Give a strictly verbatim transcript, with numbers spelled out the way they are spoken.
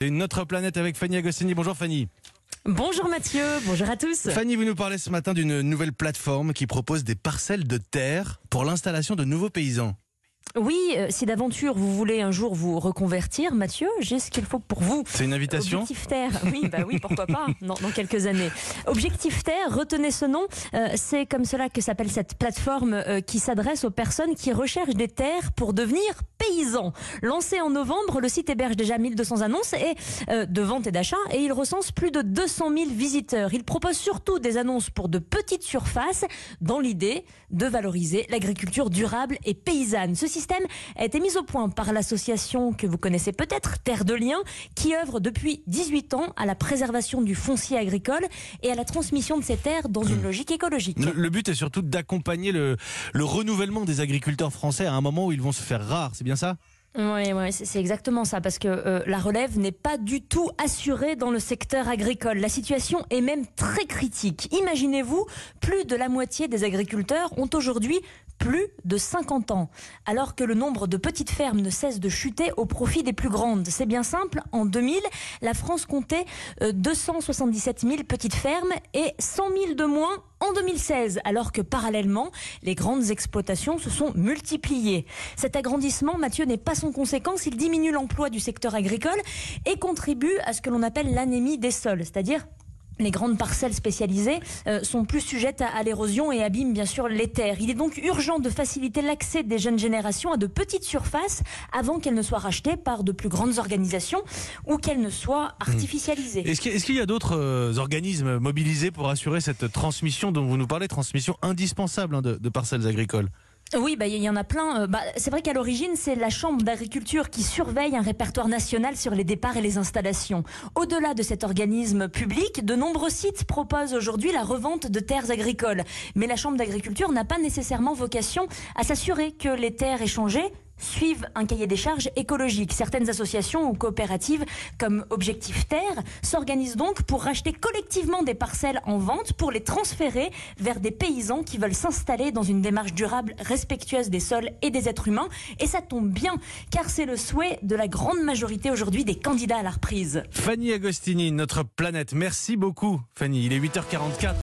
Une autre planète avec Fanny Agostini. Bonjour Fanny. Bonjour Mathieu, bonjour à tous. Fanny, vous nous parlez ce matin d'une nouvelle plateforme qui propose des parcelles de terre pour l'installation de nouveaux paysans. Oui, euh, si d'aventure vous voulez un jour vous reconvertir, Mathieu, j'ai ce qu'il faut pour vous. C'est une invitation ? Objectif Terre, oui, bah oui, pourquoi pas, dans, dans quelques années. Objectif Terre, retenez ce nom, euh, c'est comme cela que s'appelle cette plateforme euh, qui s'adresse aux personnes qui recherchent des terres pour devenir paysans. Lancé en novembre, le site héberge déjà mille deux cents annonces et, euh, de vente et d'achat et il recense plus de deux cent mille visiteurs. Il propose surtout des annonces pour de petites surfaces dans l'idée de valoriser l'agriculture durable et paysanne. Ce système a été mis au point par l'association que vous connaissez peut-être, Terre de Liens, qui œuvre depuis dix-huit ans à la préservation du foncier agricole et à la transmission de ces terres dans une logique écologique. Le, le but est surtout d'accompagner le, le renouvellement des agriculteurs français à un moment où ils vont se faire rares, c'est bien ça ? Oui, ouais, c'est exactement ça, parce que euh, la relève n'est pas du tout assurée dans le secteur agricole. La situation est même très critique. Imaginez-vous, plus de la moitié des agriculteurs ont aujourd'hui plus de cinquante ans, alors que le nombre de petites fermes ne cesse de chuter au profit des plus grandes. C'est bien simple, en deux mille, la France comptait euh, deux cent soixante-dix-sept mille petites fermes et cent mille de moins en deux mille seize, alors que parallèlement, les grandes exploitations se sont multipliées. Cet agrandissement, Mathieu, n'est pas sans conséquence, il diminue l'emploi du secteur agricole et contribue à ce que l'on appelle l'anémie des sols, c'est-à-dire les grandes parcelles spécialisées euh, sont plus sujettes à, à l'érosion et abîment bien sûr les terres. Il est donc urgent de faciliter l'accès des jeunes générations à de petites surfaces avant qu'elles ne soient rachetées par de plus grandes organisations ou qu'elles ne soient artificialisées. Est-ce qu'il, est-ce qu'il y a d'autres euh, organismes mobilisés pour assurer cette transmission dont vous nous parlez, transmission indispensable hein, de, de parcelles agricoles ? Oui, bah, il y en a plein. Bah, c'est vrai qu'à l'origine, c'est la Chambre d'agriculture qui surveille un répertoire national sur les départs et les installations. Au-delà de cet organisme public, de nombreux sites proposent aujourd'hui la revente de terres agricoles. Mais la Chambre d'agriculture n'a pas nécessairement vocation à s'assurer que les terres échangées suivent un cahier des charges écologique. Certaines associations ou coopératives comme Objectif Terre s'organisent donc pour racheter collectivement des parcelles en vente pour les transférer vers des paysans qui veulent s'installer dans une démarche durable respectueuse des sols et des êtres humains. Et ça tombe bien, car c'est le souhait de la grande majorité aujourd'hui des candidats à la reprise. Fanny Agostini, notre planète. Merci beaucoup Fanny, il est huit heures quarante-quatre.